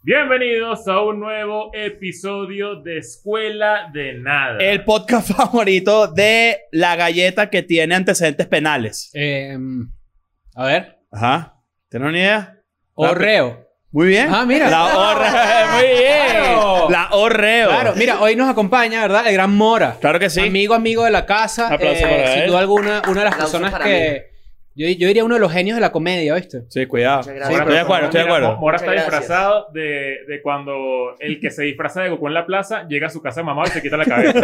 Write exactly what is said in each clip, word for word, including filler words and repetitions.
Bienvenidos a un nuevo episodio de Escuela de Nada. El podcast favorito de la galleta que tiene antecedentes penales. Eh, a ver. Ajá. ¿Tienes una idea? Orreo. Muy bien. Ah, mira. La Orreo. Muy bien. Claro. La Orreo. Claro, mira, hoy nos acompaña, ¿verdad? El gran Mora. Claro que sí. Amigo, amigo de la casa. Aplauso eh, para sin él. duda alguna, una de las Aplauso personas para que... Yo, yo diría uno de los genios de la comedia, ¿viste? Sí, cuidado. Muchas Sí, gracias. estoy de acuerdo, estoy de Mira, acuerdo. Mora está Muchas gracias. disfrazado de, de cuando el que se disfraza de Goku en la plaza llega a su casa de mamá y se quita la cabeza.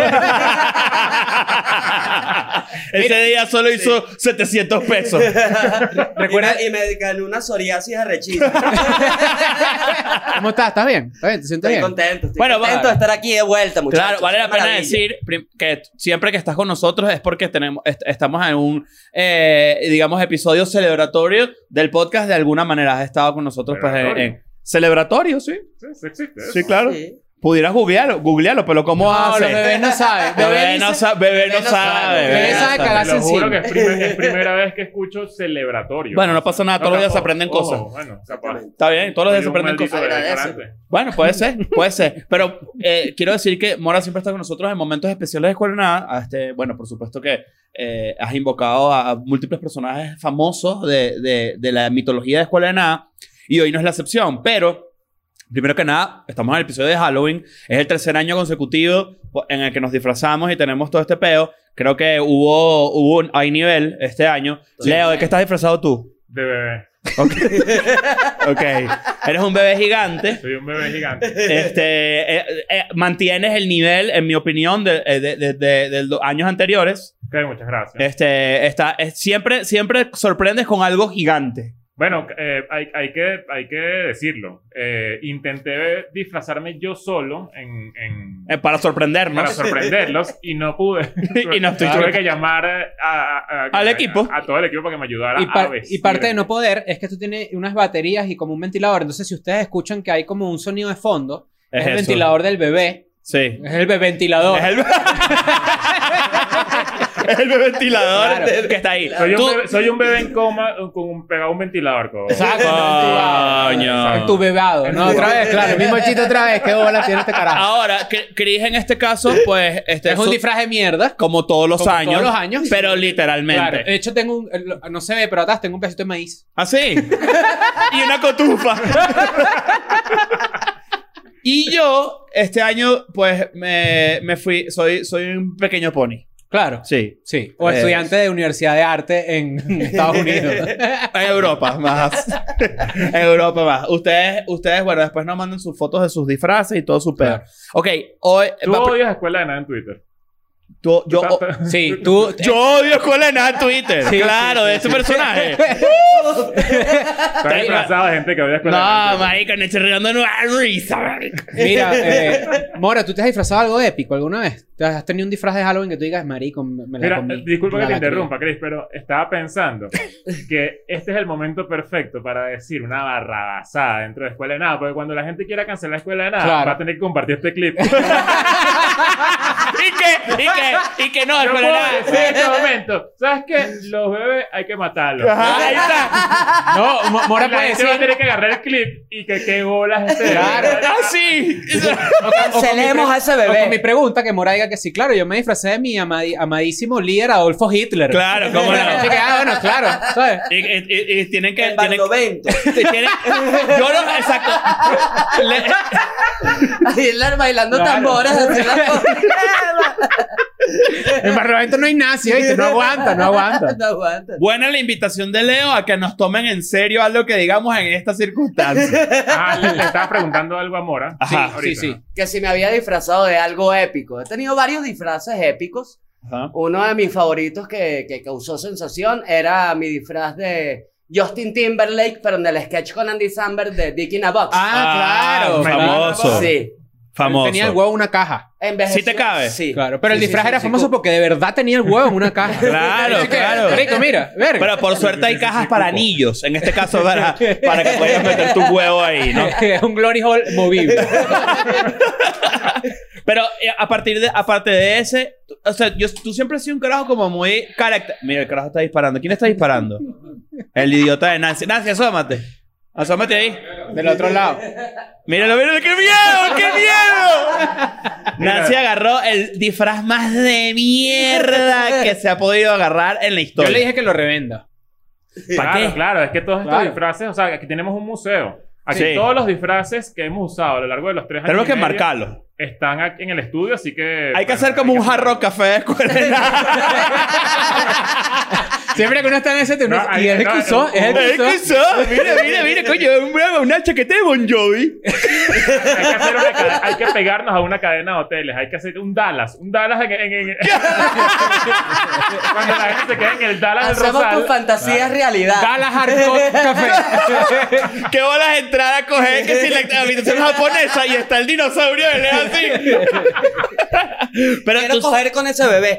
Ese día solo hizo setecientos pesos. Recuerda... Y me, y me gané una psoriasis arrechísima. ¿Cómo estás? ¿Estás bien? ¿Estás bien? ¿Te sientes Estoy bien? contento. Estoy Bueno, contento vale. de estar aquí de vuelta, muchachos. Claro, vale la pena Maravilla. decir prim- que siempre que estás con nosotros es porque tenemos, est- estamos en un, eh, digamos, episodio celebratorio del podcast. De alguna manera has estado con nosotros pues, en, Celebratorio. en- celebratorio, sí. Sí, sí existe eso. Sí, claro. Sí. Pudieras googlearlo, googlearlo, pero ¿cómo No, haces? los bebés no saben. Bebé dice- no sabe, bebé no sabe. Bebé bebé no sabe sabe. cagarse Te lo juro que encima. es, primer- es primera vez que escucho celebratorio. Bueno, no pasa nada, todos los días se aprenden ojo, cosas. Bueno, capaz. Está bien, todos los días se Soy un aprenden maldito cosas. Agradece. ignorante. Bueno, puede ser, puede ser. Pero eh, quiero decir que Mora siempre está con nosotros en momentos especiales de Escuela de Nada. Este, bueno, por supuesto que eh, has invocado a, a múltiples personajes famosos de, de, de la mitología de Escuela de Nada. Y hoy no es la excepción. Pero, primero que nada, estamos en el episodio de Halloween. Es el tercer año consecutivo en el que nos disfrazamos y tenemos todo este peo. Creo que hubo, hubo un, hay nivel este año. Sí. Leo, ¿de qué estás disfrazado tú? De bebé. Ok. Ok. Eres un bebé gigante. Soy un bebé gigante. Este, eh, eh, mantienes el nivel, en mi opinión, de, de, de, de- de los años anteriores. Ok, muchas gracias. Este, está, es- siempre, siempre sorprendes con algo gigante. Bueno, eh, hay, hay, que, hay que decirlo. Eh, intenté disfrazarme yo solo en, en, Eh, para sorprendernos. para sorprenderlos y no pude. Y no estoy- Tuve que llamar a, a- a- Al a- equipo. A, todo el equipo para que me ayudara Y, a par- vestir. y parte de no poder es que esto tiene unas baterías y como un ventilador. Entonces, si ustedes escuchan que hay como un sonido de fondo, es, Es el eso. ventilador del bebé. Sí. Es el bebé ventilador. Es el, es el ventilador Claro. que está ahí. Soy un, Tú- bebé, soy un bebé en coma con un, pegado a un ventilador. co- Exacto. Coño. En tu bebado. No, otra vez, claro. El mismo chiste otra vez. ¿Qué bola tiene este carajo? Ahora, que- Chris en este caso, pues, este, Es un su- disfraz de mierda. como todos los Como años. todos los años. Pero literalmente. Claro. De hecho, tengo un... el- No se ve, pero atrás tengo un pedacito de maíz. ¿Ah, sí? Y una cotufa. Y yo, este año, pues, me, me fui... Soy, soy un pequeño pony. Claro. Sí. Sí. O Eh. estudiante de Universidad de Arte en Estados Unidos. En Europa, más. En Europa, más. Ustedes, ustedes, bueno, después nos mandan sus fotos de sus disfraces y todo su pedo. Claro. Ok, hoy... Tú va- odias Escuela de Nada en Twitter. tú- yo, Tú ta- ta- Sí, tú... yo odio Escuela de Nada en Twitter. Sí, claro, sí, de sí, este sí. personaje. Estás disfrazado de gente que odia Escuela de Nada. No, en Twitter. marica, no estoy riendo de nueva risa, marica. Mira, eh, Mora, ¿tú te has disfrazado de algo épico alguna vez? ¿Te has tenido un disfraz de Halloween que tú digas, marico, me me la Mira, comí? eh, disculpa me que te la creí"? interrumpa, Chris, pero estaba pensando que este es el momento perfecto para decir una barrabasada dentro de Escuela de Nada, porque cuando la gente quiera cancelar Escuela de Nada, Claro. va a tener que compartir este clip. ¿Y qué? ¿Y qué? ¿Y qué no? Yo Escuela de puedo Nada. decir en este momento, ¿sabes qué? Los bebés hay que matarlos. Ajá, ahí está. No, Mo- Mora La puede gente decir... va a tener que agarrar el clip y que qué bolas este Claro. bebé. Ah, sí. O con- o con mi Cancelemos pre- a ese o bebé. con mi pregunta, que Mora diga que sí, claro, yo me disfracé de mi amadi- amadísimo líder Adolfo Hitler. Claro, cómo no. Así que, ah, bueno, claro, ¿sabes? Y, y- y- y tienen que... El Tienen, Barlovento. tienen- yo no... Exacto. Le- Hitler bailando Claro. tambores. así la- En Barlovento no hay nazi, ¿viste? No aguanta, no aguanta. No aguanta. buena la invitación de Leo a que nos tomen en serio algo que digamos en estas circunstancias. Ah, le, le estaba preguntando algo a Mora. Ajá. Sí, ahorita, sí, ¿no? sí. Que si me había disfrazado de algo épico. He tenido varios disfraces épicos. Ajá. Uno de mis favoritos que, que causó sensación era mi disfraz de Justin Timberlake, pero en el sketch con Andy Samberg de Dick in a Box. Ah, claro. famoso. Sí. Famoso. Tenía el huevo en una caja. Envejeció- ¿Sí te cabe? Sí. Claro, pero el Sí, disfraz sí, era sí, famoso sí. porque de verdad tenía el huevo en una caja. Claro, Así que, claro. Rico, mira, verga. Pero por suerte hay Sí, sí, sí, cajas sí, para cupo. anillos. En este caso, para, para que puedas meter tu huevo ahí, ¿no? Es un glory hole movible. Pero eh, a partir de, aparte de ese, tú- o sea, yo, tú siempre has sido un carajo como muy carácter. Mira, el carajo está disparando. ¿Quién está disparando? El idiota de Nancy. Nancy, asómate. Asómate ahí. Del otro lado. Míralo, míralo, qué miedo, qué miedo. Nancy agarró el disfraz más de mierda que se ha podido agarrar en la historia. Yo le dije que lo revenda. ¿Para Claro, qué? claro, es que todos estos Claro. disfraces, o sea, aquí tenemos un museo. Aquí Sí. todos los disfraces que hemos usado a lo largo de los tres años Tenemos y que medio marcarlo. están aquí en el estudio, así que... Hay que bueno, hacer como hay un que jarro hacerlo. café de escuela de nada. Siempre que uno está en ese turno. No, y hay- es el no, que usó. Es el que ¿Qué usó. hizo? Mira, mira, mira, coño, una, una chaqueta de Bon Jovi. Hay que, hacer una cadena- hay que pegarnos a una cadena de hoteles. Hay que hacer un Dallas. Un Dallas en... en- en- Cuando la gente se queda en el Dallas del Hacemos Rosal. tu fantasía realidad. Dallas Hardcore Café. ¿Qué bolas de entrar a coger que si la habitación japonesa y está el dinosaurio de Leo así? Pero Quiero tú, coger con ese bebé.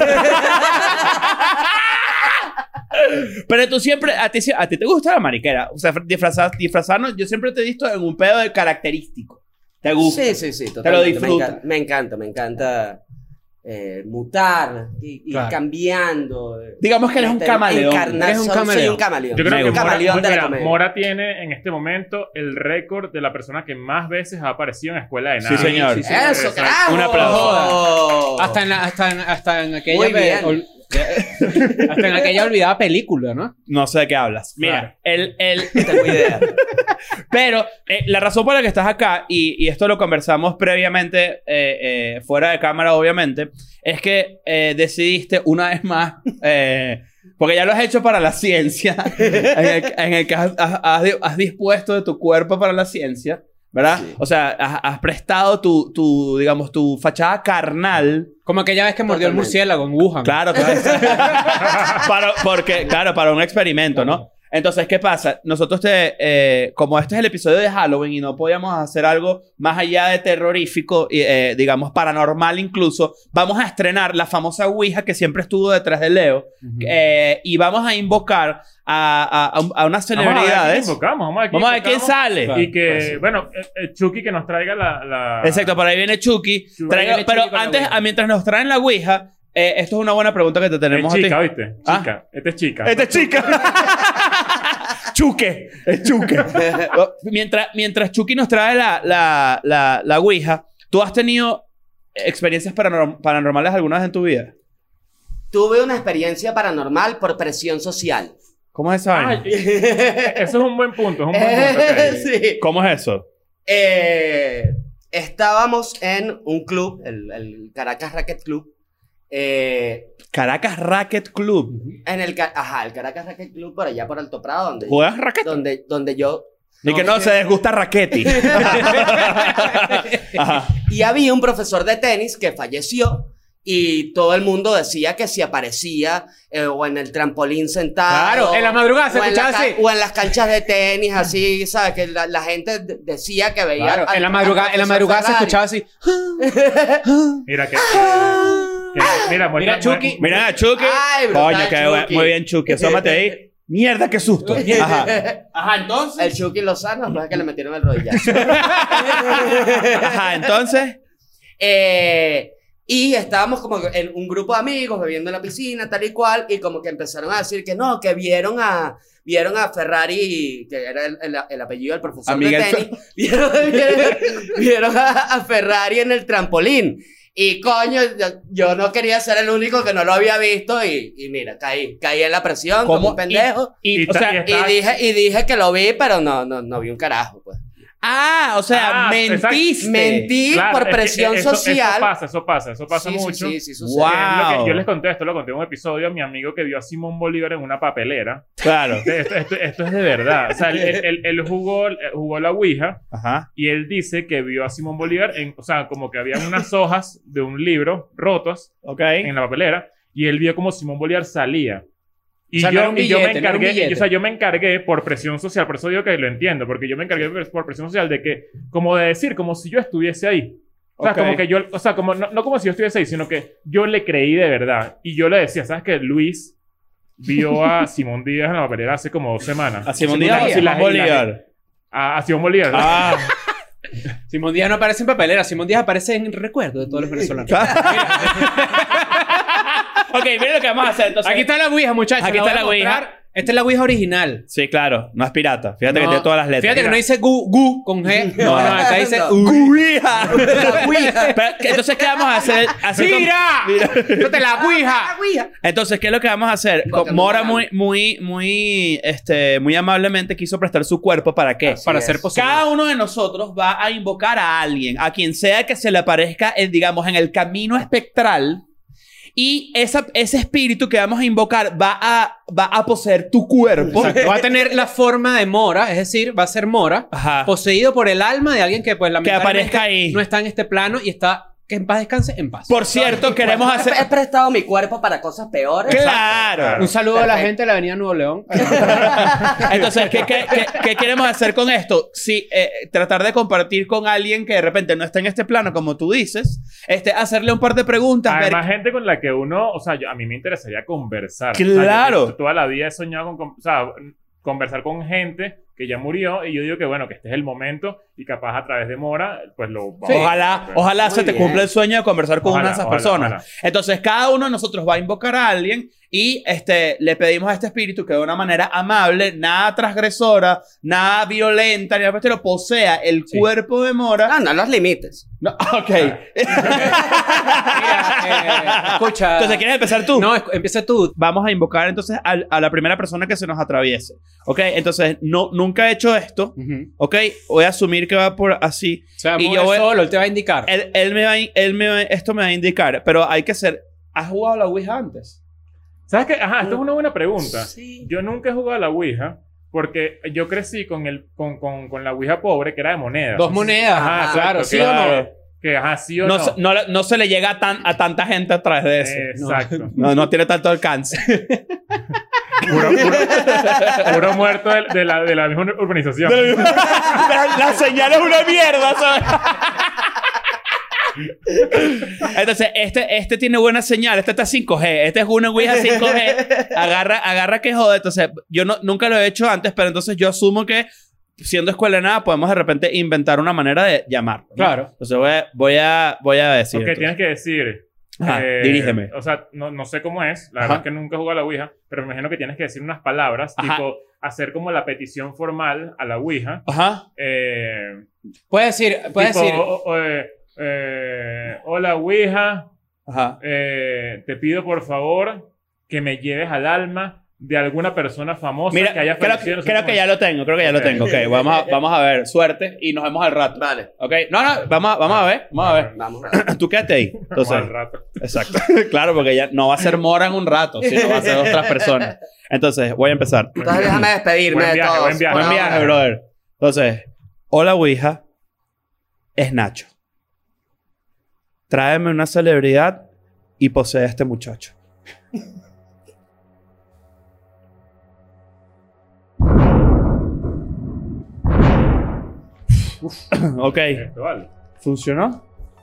pero tú siempre, a ti, a ti te gusta la mariquera. O sea, disfrazar, disfrazarnos, yo siempre te he visto en un pedo de característico. ¿Te gusta? Sí, sí, sí. Te lo Totalmente. disfrutas. Me encanta, me encanta, me encanta eh, mutar y, y Claro. cambiando. Digamos que eres un Este, camaleón. encarnar- Eres un soy- camaleón. Soy un camaleón. Yo creo Me que un gusta. Mora, camaleón de la mira, comedia. Mora tiene en este momento el récord de la persona que más veces ha aparecido en Escuela de Sí, Nada. señor. Sí, sí. Eso, Exacto. carajo. Un aplauso. Hasta en, la- hasta en, hasta en aquella... Muy bien. ol- hasta en aquella olvidada película, ¿no? No sé de qué hablas. Mira, Claro. el, el, No tengo idea. pero eh, la razón por la que estás acá, y, y esto lo conversamos previamente, eh, eh, fuera de cámara, obviamente, es que eh, decidiste una vez más, eh, porque ya lo has hecho para la ciencia, en el, en el que has, has- has di- has dispuesto de tu cuerpo para la ciencia, ¿verdad? Sí. O sea, has, has prestado tu, tu, digamos, tu fachada carnal. Como aquella vez que mordió el Totalmente. murciélago en Wuhan. Claro, claro. para, porque, claro, para un experimento, ¿no? Entonces, ¿qué pasa? Nosotros te... eh, como este es el episodio de Halloween y no podíamos hacer algo más allá de terrorífico, y, eh, digamos, paranormal incluso, vamos a estrenar la famosa Ouija que siempre estuvo detrás de Leo. Ujú. eh, y vamos a invocar a, a, a, a unas Vamos a ver a quién celebridades. invocamos, Vamos a ver quién, Vamos a ver quién invocamos. sale. Claro. Y que, Pues sí. bueno, eh, eh, Chucky que nos traiga la... la... Exacto, por ahí viene Chucky. Chucky. Traiga- Ahí viene pero Chucky con la antes, Ouija. a- mientras nos traen la Ouija, eh, esto es una buena pregunta que te Es tenemos a ti. chica, ¿viste? Ah. Chica. Esta es chica. Esta es chica. Chuque. Es Chuque. mientras, mientras Chucky nos trae la, la, la, la Ouija, ¿tú has tenido experiencias paranorm- paranormales alguna vez en tu vida? Tuve una experiencia paranormal por presión social. ¿Cómo es esa vaina? Ay, eso es un buen punto, es un buen punto. ok. Sí. ¿Cómo es eso? Eh, estábamos en un club, el, el Caracas Racket Club. Eh, Caracas Racket Club. en el, ca- ajá, el Caracas Racket Club por allá por Alto Prado, donde, ¿Juegas raquet? donde, donde yo... Ni que no, es se desgusta raqueti. Ajá. Y había un profesor de tenis que falleció y todo el mundo decía que si aparecía eh, o en el trampolín sentado. Claro, en la madrugada se o en la escuchaba ca- así. O en las canchas de tenis, así, ¿sabes? Que la, la gente d- decía que veía. Claro, al- en la al madrugada, en la profesor madrugada se Ferrari. escuchaba así. Mira que... que- mira, muestra- Mira, Chucky. Mira a Chucky. Ay, brutal, Coño, qué buen- Chucky. muy bien, Chucky. Asómate ahí. Mierda, qué susto. Ajá. Ajá, entonces. El Chucky Lozano, después de que le metieron el rodillazo. Ajá, entonces. Eh, y estábamos como en un grupo de amigos bebiendo en la piscina, tal y cual, y como que empezaron a decir que no, que vieron a, vieron a Ferrari, que era el, el- el apellido del profesor A Miguel de tenis, vieron, vieron, vieron a, a Ferrari en el trampolín. Y coño, yo, yo no quería ser el único que no lo había visto y, y mira, caí, caí en la presión como un pendejo. Y, Y o sea, ta- Y dije, y dije que lo vi, pero no, no, no vi un carajo, pues. ah, o sea, Ah, mentiste. Mentí Claro, por es que presión eso- social. Eso pasa, eso pasa, eso pasa Sí, sí, mucho. sí, sí, sucede. Wow. Es lo que yo les conté esto, lo conté en un episodio a mi amigo que vio a Simón Bolívar en una papelera. Claro. Esto, esto- esto es de verdad. O sea, él, él- él jugó, jugó la Ouija Ajá. y él dice que vio a Simón Bolívar en, o sea, como que había unas hojas de un libro rotos Ok. en la papelera y él vio como Simón Bolívar salía. Y, O sea, no yo, era un y yo me billete, no era un encargué, billete. y, o sea, yo me encargué por presión social, por eso digo que lo entiendo, porque yo me encargué por por presión social de que, como de decir, como si yo estuviese ahí. O sea, Ok. como que yo, o sea, como, no, no como si yo estuviese ahí, sino que yo le creí de verdad. Y yo le decía, ¿sabes qué? Luis vio a Simón Díaz en la papelera hace como dos semanas. A Simón Díaz Díaz o Simón Bolívar. A, a Simón Bolívar. Ah. Simón Díaz no aparece en papelera, Simón Díaz aparece en recuerdo de todos los venezolanos. Ok, miren lo que vamos a hacer. Entonces, Aquí está la Ouija, muchachos. Aquí la está voy a la Ouija. mostrar Esta es la Ouija original. Sí, claro. No es pirata. Fíjate No, que tiene todas las letras. Fíjate que Mira. no dice gu, gu con G. No, no, acá dice No. u. ¡Ouija! Pero, ¿qué- entonces, ¿qué vamos a hacer? Hacer con- ¡Mira! Mira. ¡Fíjate la Ouija! Entonces, ¿qué es lo que vamos a hacer? Porque Mora muy muy, muy, muy, este, muy amablemente quiso prestar su cuerpo. ¿Para qué? Así Para es. ser posible. Cada uno de nosotros va a invocar a alguien, a quien sea que se le aparezca, en, digamos, en el camino espectral. Y esa, ese espíritu que vamos a invocar va a, va a poseer tu cuerpo. Exacto. Va a tener la forma de Mora, es decir, va a ser Mora, Ajá. poseído por el alma de alguien que, pues, lamentablemente aparezca ahí. no está en este plano y está... Que en paz descanse, en paz. Por cierto, queremos He hacer... prestado mi cuerpo para cosas peores. ¡Claro! Un saludo a la Perfecto. gente de la Avenida Nuevo León. Entonces, ¿qué, qué, qué, qué queremos hacer con esto? Sí, eh, tratar de compartir con alguien que de repente no está en este plano, como tú dices. Este, hacerle un par de preguntas. ver- Además, gente con la que uno, o sea, yo- a mí me interesaría conversar. Claro. O sea, yo toda la vida he soñado con, con- o sea, conversar con gente que ya murió y yo digo que bueno, que este es el momento y capaz a través de Mora, pues lo vamos Sí. a- Ojalá, pues, ojalá Muy se te bien. cumpla el sueño de conversar con Ojalá, una de esas ojalá, personas. ojalá. Entonces, cada uno de nosotros va a invocar a alguien y este, le pedimos a este espíritu que de una manera amable, nada transgresora, nada violenta, ni nada, pero posea el Sí. cuerpo de Mora. No, no los limites. No, ok. Mira, eh, escucha. Entonces, ¿quieres empezar tú? No, es- empieza tú. Vamos a invocar entonces al- a, la primera persona que se nos atraviese. ¿Ok? Entonces, no, nunca he hecho esto. Ujú. ¿Ok? Voy a asumir que va por así. O sea, Y y yo voy- solo, él te va a indicar. Él, él me va, a in- él me va- esto me va a indicar, pero hay que ser. ¿Has jugado a la Ouija antes? ¿Sabes qué? Ajá, esto es una buena pregunta. Sí. Yo nunca he jugado a la Ouija porque yo crecí con, el, con, con, con la Ouija pobre que era de monedas. Dos monedas. Ajá, Ajá, exacto, claro, que- ¿sí o no? Que ajá, sí o No, no. se- no, le- no se le llega a, tan, a tanta gente a través de eso. Exacto. No, no tiene tanto alcance. Puro, puro, puro muerto de, de la, de la misma urbanización. Pero la señal es una mierda, ¿sabes? Entonces, este, este tiene buena señal. Este está cinco G. Este es una Ouija cinco G. Agarra, agarra que jode. Entonces, yo no, nunca lo he hecho antes, pero entonces yo asumo que siendo escuela de nada, podemos de repente inventar una manera de llamarlo, ¿no? Claro. Entonces, voy a, voy a, voy a decir. Ok, entonces. tienes que decir. Ajá, eh, dirígeme. O sea, no, no sé cómo es. La Ajá. verdad es que nunca he jugado a la Ouija. Pero me imagino que tienes que decir unas palabras. Ajá. Tipo, hacer como la petición formal a la Ouija. Ajá. Eh, Puedes decir, puedes tipo, decir. o- o, eh, eh, hola Ouija. Ajá. eh, te pido por favor que me lleves al alma de alguna persona famosa Mira, que haya creo, fallecido. no sé creo cómo que es. ya lo tengo, creo que ya Ok. lo tengo. Ok, vamos a, vamos a ver. Suerte y nos vemos al rato. Vale. Ok, no, no, vamos a, vamos a ver, vamos a ver. Vamos. a- Tú quédate ahí. Vamos Entonces, al rato. exacto. Claro, porque ya no va a ser Mora en un rato, sino va a ser otras personas. Entonces, voy a empezar. Entonces déjame despedirme Buen de viaje, todos. buen viaje. por Buen ahora. viaje, brother. Entonces, hola Ouija, es Nacho. Tráeme una celebridad y posee a este muchacho. Ok. Esto vale. ¿Funcionó?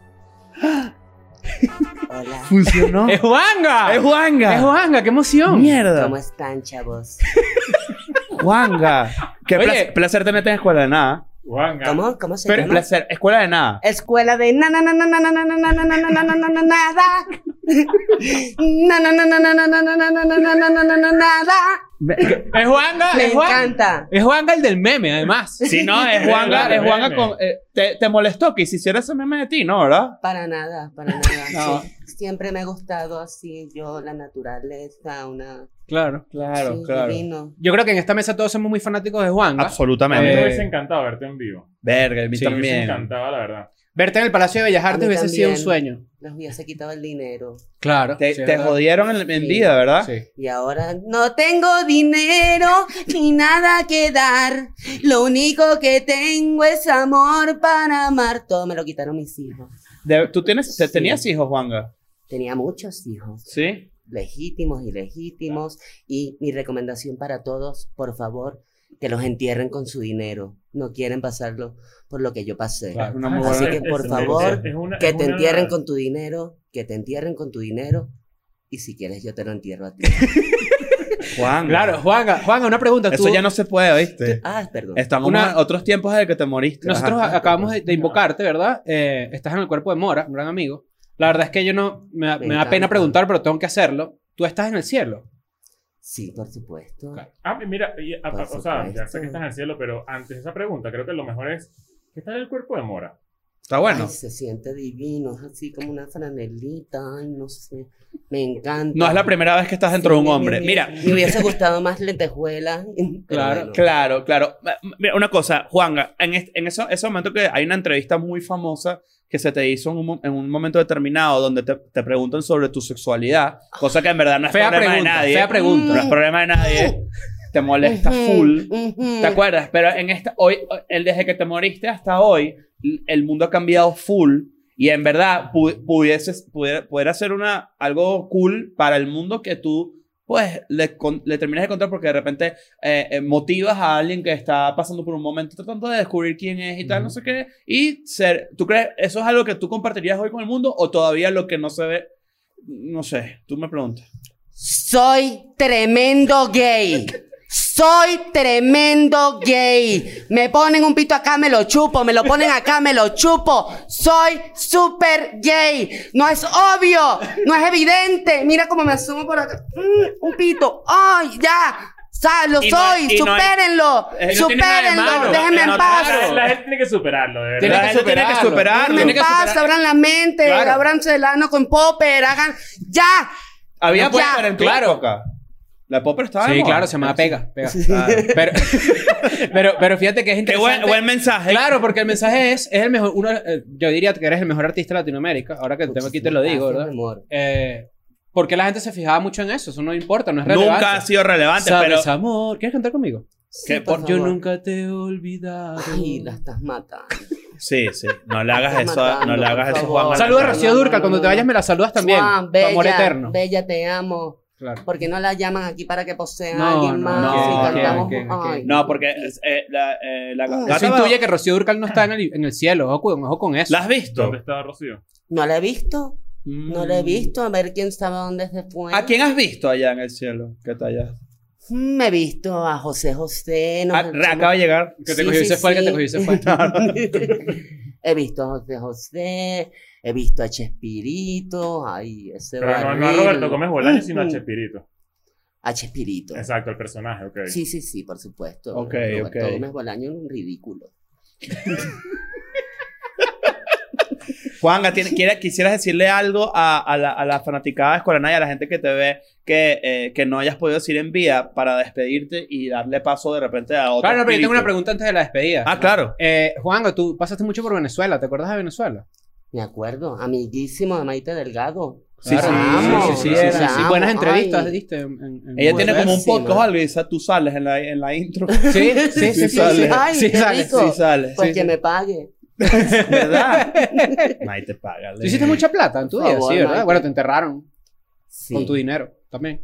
Hola. ¿Funcionó? ¡Es Juanga! ¡Es Juanga! ¡Es Juanga! ¡Qué emoción! ¡Mierda! ¿Cómo están, chavos? Juanga. Qué Oye. placer, placer tenerte en Escuela de Nada. Juanga. ¿Cómo? ¿Cómo se Pero llama? placer, Escuela de Nada. Escuela de na na na na na na na na na na na na na na na nada. Na na na na na na na na na na na na na na na nada. ¡Es Juanga! Me ¡Es Juanga! encanta. Es Juanga el del meme, además. Sí, no, es Juanga, es Juanga Meme. con... eh, te, te molestó que se hiciera ese meme de ti, ¿no? ¿Verdad? Para nada, para nada. No. Sí. Siempre me ha gustado así, yo, la naturaleza, una... Claro. Claro, sí, claro. divino. Yo creo que en esta mesa todos somos muy fanáticos de Juanga. A mí me Absolutamente. Eh, hubiese encantado verte en vivo. Verga, a mí Sí, Me hubiese también. encantado, la verdad. Verte en el Palacio de Bellas A Artes mí hubiese sido un también. sueño. Les hubiese quitado el dinero. Claro. Te, sí, te ¿verdad? jodieron en, en Sí. vida, ¿verdad? Sí. Y ahora no tengo dinero ni nada que dar. Lo único que tengo es amor para amar. Todo me lo quitaron mis hijos. De- ¿Tú tienes, te- Sí. tenías hijos, Juanga? Tenía muchos hijos. Sí. Legítimos y legítimos. Y mi recomendación para todos, por favor, que los entierren con su dinero. No quieren pasarlo por lo que yo pasé. Claro, una muy Así buena- que, por Es- es- favor, es una- que es te una- entierren con tu dinero, que te entierren con tu dinero. Y si quieres, yo te lo entierro a ti. Juanga. Claro, Juanga, Juanga, una pregunta. Eso Tú- ya no se puede, ¿viste? Ah, perdón. Estamos Una- en otros tiempos de que te moriste. Nosotros Ajá. a- acabamos de, de invocarte, ¿verdad? Eh, estás en el cuerpo de Mora, un gran amigo. La verdad es que yo no... Me, da- Me me da pena encanta. preguntar, pero tengo que hacerlo. Tú estás en el cielo. Sí, por supuesto. Claro. Ah, mira, y, a- Por a- o sea, ya supuesto. sé que estás en el cielo, pero antes de esa pregunta, creo que lo mejor es, ¿qué tal el cuerpo de Mora? Está bueno. Ay, se siente divino, es así como una franelita, ay, no sé, me encanta. No es la primera vez que estás dentro de un Sí, hombre. me- Mira, Me hubiese gustado más lentejuelas. Claro, claro, claro. Mira, una cosa, Juanga, en, este- en eso, ese momento que hay una entrevista muy famosa que se te hizo en un, mo- en un momento determinado donde te, te preguntan sobre tu sexualidad, cosa que en verdad no es Fea problema pregunta, de nadie. fea pregunta. No es problema de nadie. Te molesta full. Ujú. ¿Te acuerdas? Pero en esta, hoy, el desde que te moriste hasta hoy, el mundo ha cambiado full. Y en verdad, pu- pudieses, pudiera, pudiera ser una, algo cool para el mundo que tú, pues, le, con- le terminas de contar porque de repente eh, eh, motivas a alguien que está pasando por un momento tratando de descubrir quién es y tal, no sé qué. Y ser, ¿tú crees eso es algo que tú compartirías hoy con el mundo o todavía lo que no se ve? No sé, tú me preguntas. Soy tremendo gay. Soy tremendo gay. Me ponen un pito acá, me lo chupo. Me lo ponen acá, me lo chupo. Soy súper gay. No es obvio. No es evidente. Mira cómo me asumo por acá. Mm, un pito. ¡Ay, ya! O sea, lo Y no- soy. y no hay- supérenlo. Eh, no tiene nada de supérenlo. malo. Déjenme Eh, en no, paz. La, la gente tiene que superarlo, de verdad. Tiene La que gente tiene que superarlo. superarlo. Déjenme Tiene en que paz. superar- Abran la mente. Claro. Ábranse el ano con popper. Hagan. ¡Ya! Había Ya, Popper en tu claro. época. La Popper estaba de Sí, moda. claro, se llamaba Pega. Pega. Claro. Pero, pero, pero fíjate que es Qué interesante. buen, buen mensaje. Claro, porque el mensaje es, es el mejor, uno, eh, yo diría que eres el mejor artista de Latinoamérica, ahora que el tema aquí te lo digo, Gracias, ¿verdad? mi amor. Eh, porque la gente se fijaba mucho en eso, eso no importa, no es relevante. Nunca ha sido relevante, ¿Sabes, pero... amor? ¿Quieres cantar conmigo? ¿Qué? Sí, por Por- Yo favor. nunca te he olvidado. Ay, la estás matando. Sí, sí. No le hagas Estás eso, a- matando, no le hagas por eso, favor. Juan. Saluda a No, Rocío no, Dúrcal, no, cuando no, te no. vayas me la saludas también. Juan, Tu bella, amor eterno. Bella, te amo. Claro. ¿Por qué no la llaman aquí para que posea No, a alguien no, más? no, y ¿a quién, cantamos. a quién, a Ay. quién? No, porque eh, la, eh, la Eso gata Eso va- intuye que Rocío Dúrcal no está en el, en el cielo, ojo con, ojo con eso. ¿La has visto? ¿Dónde está Rocío? ¿No la he visto? No la he Mm. visto. A ver quién sabe dónde se fue. ¿A quién has visto allá en el cielo? ¿Qué está allá? Mm, Me he visto a José José. nos Ah, echamos- acaba de llegar. Que te Sí, cogió y sí, se fue, que sí. te cogió y se fue. He visto a José José. He visto a Chespirito. Ay, ese Pero no, no a barril. Roberto Gómez Bolaño, sino a Chespirito. A Chespirito. Exacto, el personaje, ok. Sí, sí, sí, por supuesto. Ok, Roberto ok. Gómez Bolaño es un ridículo. Juanga, tiene- quiere- ¿quisieras decirle algo a, a la, a la fanaticada de Escuela Nada y a la gente que te ve que, eh, que no hayas podido decir en vida para despedirte y darle paso de repente a otro Claro, no, pero yo tengo espíritu? una pregunta antes de la despedida. Ah, claro. Eh, Juan, tú pasaste mucho por Venezuela, ¿te acuerdas de Venezuela? Me acuerdo, amiguísimo de Maite Delgado. Sí, Claro. sí, Amo, sí, sí, sí, la sí, sí. amo, Buenas entrevistas, ay. diste. En, en- en Ella tiene como un Buenísima. podcast o algo y esa- tú sales en la, en la intro. Sí, sí, sí, Sí sí. sale. sí. Ay, Sí qué sale, rico. Sí sale. Pues Sí, que sí. me pague. ¿Verdad? Nadie te paga. ¿Tú hiciste mucha plata en tu Por vida? favor, Sí, ¿verdad? Maite. Bueno, te enterraron Sí. con tu dinero también.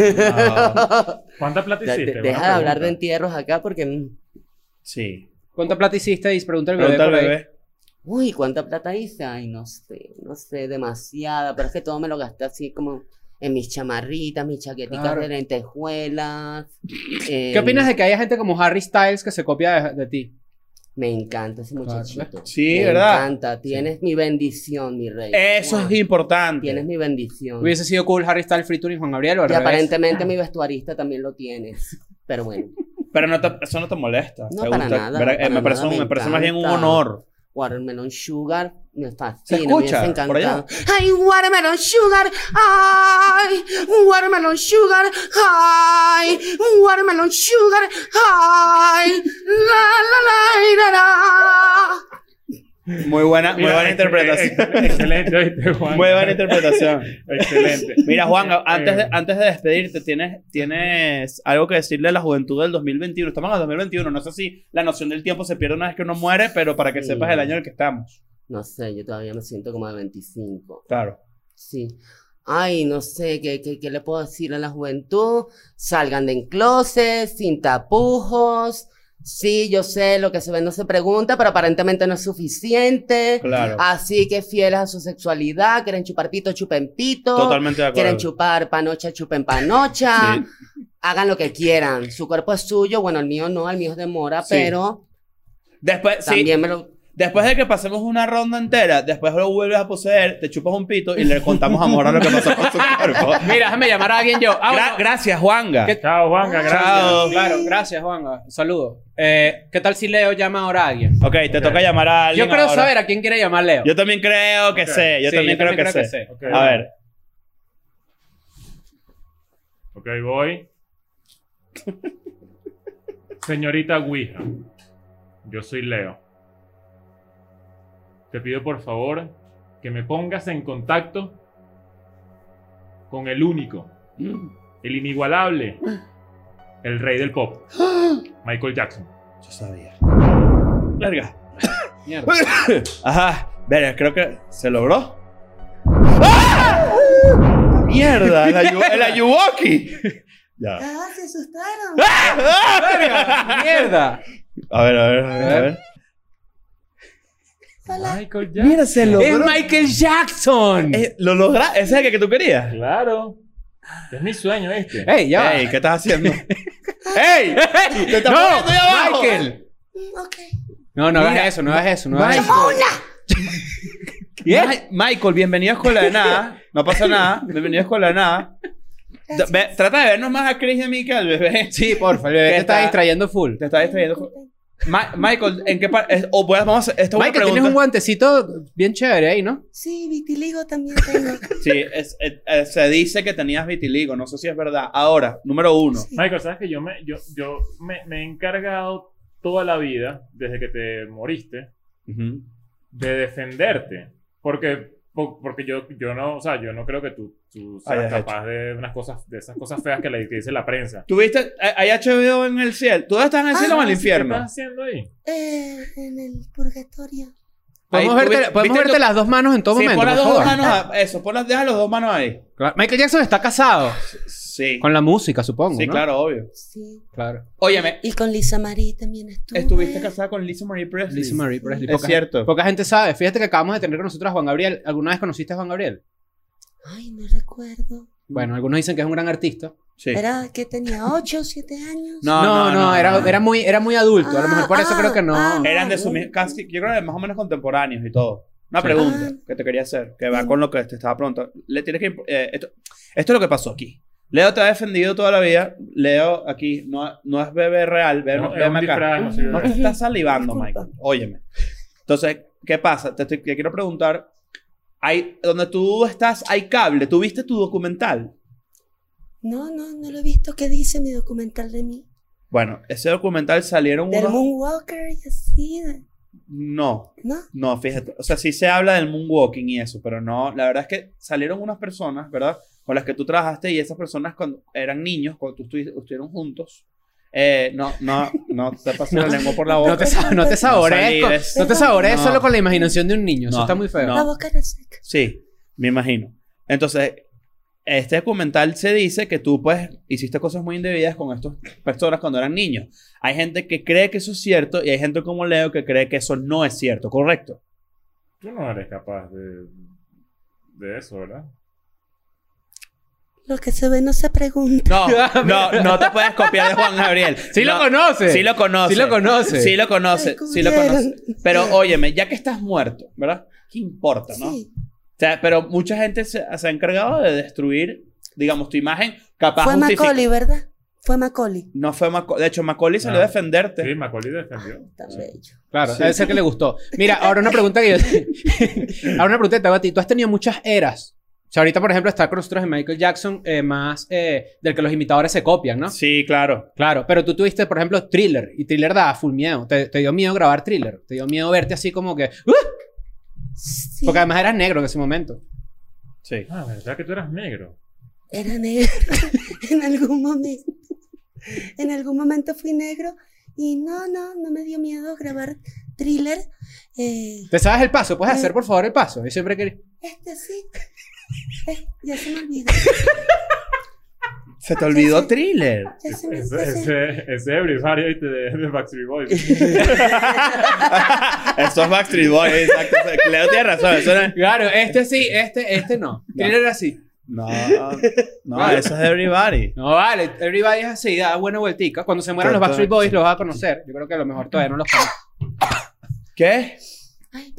¿Cuánta plata De- hiciste? de- Buena deja de hablar de pregunta. entierros acá porque... mm, Sí. ¿Cuánta plata hiciste? Y pregunta al bebé Pregunta al por ahí. bebé. Uy, ¿cuánta plata hice? Ay, no sé, no sé, demasiada. Pero es que todo me lo gasté así como en mis chamarritas, mis chaqueticas Claro. de lentejuelas. eh, ¿Qué opinas de que haya gente como Harry Styles que se copia de, de ti? Me encanta ese Claro, muchachito. Sí, me ¿verdad? encanta. Tienes mi bendición, mi rey. Eso Wow. es importante. Tienes mi bendición. Hubiese sido cool Harry Styles featuring Juan Gabriel o al Y revés. aparentemente mi vestuarista también lo tienes. Pero bueno. Pero no te- eso no te molesta. No, ¿Te para gusta? nada, ¿Verdad? Eh, para me parece, nada, un- me me parece más bien un encanta. honor. Watermelon Sugar me fascina. ¿Se me escucha hubiese por allá? encantado. Ay, Watermelon Sugar. Ay, Watermelon Sugar. Ay, Watermelon Sugar. Ay, la la la la la. Muy buena, muy Mira, buena ex- interpretación. ex- Excelente, ¿viste, Juan? Muy buena interpretación. Excelente. Mira, Juan, antes de, Eh, antes de despedirte, ¿tienes, ¿tienes algo que decirle a la juventud del dos mil veintiuno? Estamos en el dos mil veintiuno. No sé si la noción del tiempo se pierde una vez que uno muere, pero para que Sí. sepas el año en el que estamos. No sé, yo todavía me siento como de veinticinco. Claro. Sí. Ay, no sé, ¿qué, qué, qué le puedo decir a la juventud? Salgan de closet, sin tapujos. Sí, yo sé, lo que se ve no se pregunta, pero aparentemente no es suficiente. Claro. Así que fieles a su sexualidad, quieren chupar pito, chupen pito. Totalmente de acuerdo. Quieren chupar panocha, chupen panocha. Sí. Hagan lo que quieran. Su cuerpo es suyo, bueno, el mío no, el mío es de Mora, Sí. pero Después, sí. también me lo... Después de que pasemos una ronda entera, después lo vuelves a poseer, te chupas un pito y le contamos a Mora lo que pasó con su cuerpo. Mira, déjame llamar a alguien yo. Ah, Gra- bueno. gracias, Juanga. ¿Qué- Chao, Juanga, gracias. Chao. Claro, gracias, Juanga. Saludos. Eh, ¿Qué tal si Leo llama ahora a alguien? Ok, te toca llamar a alguien. Yo creo ahora. saber a quién quiere llamar Leo. Yo también creo que Ok. sé. Yo Sí, también yo creo, también que, creo sé. que sé. Ok, A ver. Ok, voy. Señorita Ouija, yo soy Leo. Te pido por favor que me pongas en contacto con el único, el inigualable, el rey del pop, Michael Jackson. Yo sabía. Verga. Mierda. Ajá. Verga, creo que se logró. ¡Ah! ¡Mierda! El, ayu el Ayuwoki. Ya. Ah, se asustaron. ¡Ah! Mierda. A ver, a ver, a ver. A ver. Hola. Michael Jackson. Mira, se logró. ¡Es Michael Jackson! Eh, ¿Lo lograste? ¿Ese es el que tú querías? Claro. Es mi sueño este. ¡Ey, ya! va. Ey, ¿qué estás haciendo? ¡Ey! ¡Te estás ¡No! poniendo ahí abajo! ¡Michael! Mm, Ok. No, no Mira, hagas eso, no hagas eso, no hagas Michael. eso. ¿Qué? Ma- Michael, bienvenido a Escuela de Nada. No pasa nada. Bienvenido a Escuela de Nada. Gracias. Ve- trata de vernos más a Chris y a mí que al bebé. Sí, porfa, el bebé ¿Qué te está está? distrayendo full. Te está distrayendo. Ma- Michael, ¿en qué parte? O pues vamos a... Esta es una Michael, tienes pregunta. un guantecito bien chévere ahí, ¿no? Sí, vitiligo también tengo. Sí, es- es- eh, se dice que tenías vitiligo. No sé si es verdad. Ahora, número uno. Sí. Michael, sabes que yo me, yo, yo me, me he encargado toda la vida, desde que te moriste, Ujú. de defenderte. Porque, po- porque yo, yo no, o sea, yo no creo que tú, tú seas Hayas capaz de unas cosas, de esas cosas feas que, le, que dice la prensa. ¿Tuviste? ¿Hay H B O en el cielo? ¿Tú estás en el cielo o en el ¿Qué infierno? estás haciendo ahí? Eh, en el purgatorio. Podemos Ahí, verte, ¿viste- podemos viste verte tú? las dos manos en todo Sí, momento. pon las por dos favor. manos a, eso, pon las, deja las dos manos ahí. Claro. Michael Jackson está casado. Sí. Con la música, supongo. Sí, ¿no? claro, obvio. Sí. Claro. Óyeme, Y con Lisa Marie también estuve. estuviste casada con Lisa Marie Presley. Lisa Marie Presley. Es Poca- cierto. Poca gente sabe. Fíjate que acabamos de tener con nosotros a Juan Gabriel. ¿Alguna vez conociste a Juan Gabriel? Ay, no recuerdo. Bueno, algunos dicen que es un gran artista. Sí. Era que tenía ocho o siete años. No, No, no, no, era, no. era, muy, era muy adulto. A lo mejor por eso Ah, creo que no. ah, Eran de Ah, su bueno. mi- casi, yo creo que más o menos contemporáneos y todo. Una Sí. pregunta Ah. que te quería hacer, que va Sí. con lo que te estaba preguntando. Le tienes que imp- eh, esto, esto es lo que pasó aquí. Leo te ha defendido toda la vida. Leo aquí no, no es bebé real. Ve, No, es veme un acá. disfraz, no soy No te bebé. estás salivando, Disculpa. Michael. Óyeme. Entonces, ¿qué pasa? Te, estoy- te quiero preguntar. Hay, donde tú estás, hay cable. ¿Tú viste tu documental? No, no, no lo he visto. ¿Qué dice mi documental de mí? Bueno, ese documental salieron Del unos... Moonwalker y así. de- No, ¿No? no, fíjate. O sea, sí se habla del moonwalking y eso, pero no. La verdad es que salieron unas personas, ¿verdad? Con las que tú trabajaste y esas personas cuando eran niños, cuando tú estu- estuvieron juntos. Eh, no, no, no te pases la lengua por la boca. No te, sa- no te saborees, con- salives. no te saborees No. solo con la imaginación de un niño. Eso No, está muy feo. no. La boca reseca. Sí, me imagino. Entonces, este documental se dice que tú, pues, hiciste cosas muy indebidas con estas personas cuando eran niños. Hay gente que cree que eso es cierto y hay gente como Leo que cree que eso no es cierto, ¿correcto? Tú no eres capaz de, de eso, ¿verdad? Lo que se ve no se pregunta. No, no, no te puedes copiar de Juan Gabriel. Sí No, lo conoce. Sí lo conoce. Sí lo conoce. Sí lo conoce. Ay, ¿cómo Sí lo vieron? conoce. Pero óyeme, ya que estás muerto, ¿verdad? ¿Qué importa, no? Sí. O sea, pero mucha gente se, se ha encargado de destruir, digamos, tu imagen capaz Fue justifica- Macaulay, ¿verdad? Fue Macaulay. No fue Macaulay. De hecho, Macaulay salió Ah. a defenderte. Sí, Macaulay defendió. Tan Sí. bello. Claro, Sí. debe ser que le gustó. Mira, ahora una pregunta que yo... ahora una pregunta que te hago a ti. Tú has tenido muchas eras. O sea, ahorita, por ejemplo, está con nosotros en Michael Jackson, eh, más eh, del que los imitadores se copian, ¿no? Sí, claro. Claro, pero tú tuviste, por ejemplo, Thriller. Y Thriller daba full miedo. Te, te dio miedo grabar Thriller. Te dio miedo verte así como que... ¡Uh! Sí, Porque además eras negro en ese momento. Sí. Ah, ¿verdad que tú eras negro? era negro en algún momento. En algún momento fui negro y no, no, no me dio miedo grabar Thriller. Eh, ¿Te sabes el paso? ¿Puedes hacer, por favor, el paso? Yo siempre quería... este sí. Eh, ya se me olvidó. Se te olvidó Sí. Thriller. Ya se me Ese, ya se- ese, ese Everybody ¿viste? de, de Backstreet Boys. Eso es Backstreet Boys, exacto. Leo tiene razón. Eso no es... Claro, este sí, este, este no. Thriller era así. No, no, eso es de Everybody. No, vale. Everybody es así, da buena vueltica. Cuando se mueran los Total. Backstreet Boys los vas a conocer. Yo creo que a lo mejor todavía no los conozco. ¿Qué?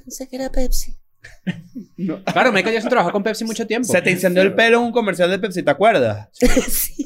Pensé que era Pepsi. Claro, Michael Jackson trabajó con Pepsi mucho tiempo. Se te incendió el pelo en un comercial de Pepsi, ¿te acuerdas? Sí.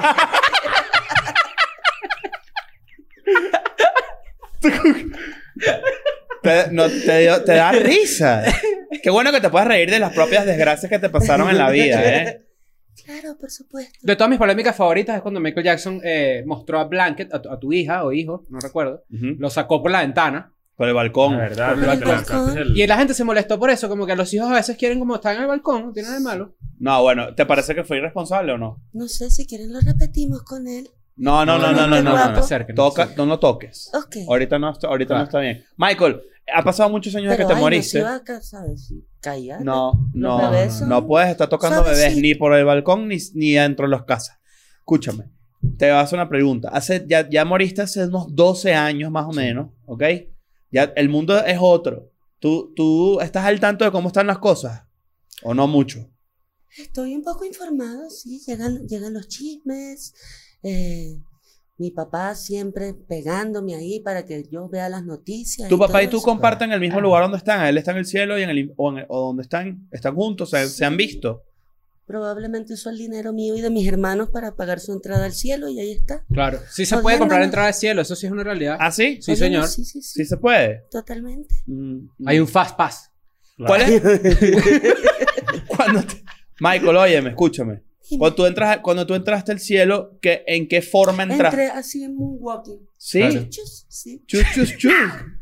Te, no, te, dio- te da risa. Qué bueno que te puedas reír de las propias desgracias que te pasaron en la vida, ¿eh? Claro, por supuesto. De todas mis polémicas favoritas es cuando Michael Jackson eh, mostró a Blanket, a tu, a tu hija o hijo, no recuerdo, Ujú. lo sacó por la ventana. Por el balcón. La verdad, Por te el lanzaste balcón. el- Y la gente se molestó por eso, como que los hijos a veces quieren como estar en el balcón, no tiene nada de malo. No, bueno, ¿te parece que fue irresponsable o no? No sé si quieren lo repetimos con él. No, no, no, no, no, no, no, guapo. no. Acérquense, Toca, acérquense. no lo toques. Ok. Ahorita no está, ahorita Claro. no está bien. Michael, ha pasado muchos años Pero de que te ay, moriste. No, se va a casar, ¿sí? Callar. No, Los no, bebés son no puedes estar tocando bebés suavecitos. ni por el balcón ni, ni dentro de las casas. Escúchame, te voy a hacer una pregunta. Hace, ya, ya moriste hace unos doce años más o menos, ¿ok? Ya el mundo es otro. ¿Tú, ¿Tú estás al tanto de cómo están las cosas? ¿O no mucho? Estoy un poco informado, sí. Llegan, llegan los chismes. Eh, mi papá siempre pegándome ahí para que yo vea las noticias. ¿Tu y papá todo y tú eso. comparten el mismo lugar donde están? Él está en el cielo y en el, o, en- o donde están, están juntos, se, se han visto. Probablemente usó el dinero mío y de mis hermanos para pagar su entrada al cielo y ahí está. Claro. Sí se Oye, puede comprar hermano. entrada de cielo, eso sí es una realidad. ¿Ah, sí? Sí, Oye, señor. Sí, sí, sí. Sí se puede. Totalmente. Mm, Hay un Fast Pass. Claro. ¿Cuál es? Cuando te- Michael, óyeme, escúchame. Dime. Cuando tú, entras, cuando tú entraste al cielo, ¿qué, ¿en qué forma entraste? Entré así en moonwalking. ¿Sí? Claro. Chus, sí. Chus, chus, chus.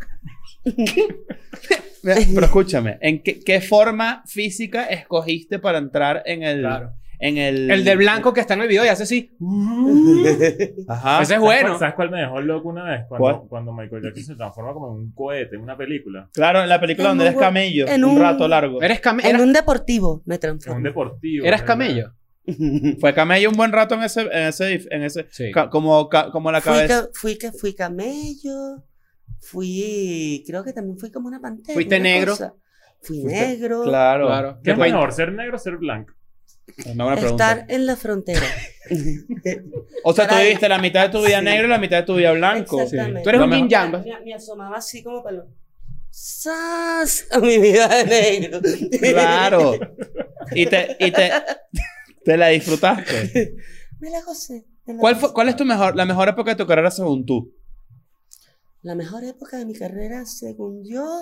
Pero escúchame, ¿en qué, qué forma física escogiste para entrar en el... Claro. En el... El de blanco que está en el video y hace así. Ajá. Ese es ¿Sabes bueno. cuál- ¿Sabes cuál me dejó loco una vez? ¿Cuál? Cuando, cuando Michael Jackson se transforma como en un cohete en una película. Claro, en la película En donde un eres hue- camello, en un un- rato largo. ¿Eres, came- En eras, un deportivo me Es un transformé. deportivo. eras ¿verdad? camello? Fue camello un buen rato en ese... En ese, en ese Sí. ca- como, ca- como la Fui, cabeza... ca- fui, ca- fui camello. Fui. Creo que también fui como una pantera. ¿Fuiste una negro? cosa. Fui Fuiste- negro. Claro. Claro. ¿Qué es Después- mejor, ser negro o ser blanco? No me pregunta. Estar en la frontera. O sea, tú Caray. viviste la mitad de tu vida Sí. negro y la mitad de tu vida blanco. Exactamente. Tú eres Lo un mejor- yin yang. ¿ves? Me, me asomaba así como para. ¡Sas! A mi vida de negro. Claro. Y te, y te, te la disfrutaste. Me la gocé. me la ¿Cuál, gocé. fue, ¿Cuál es tu mejor, la mejor época de tu carrera según tú? La mejor época de mi carrera, según yo.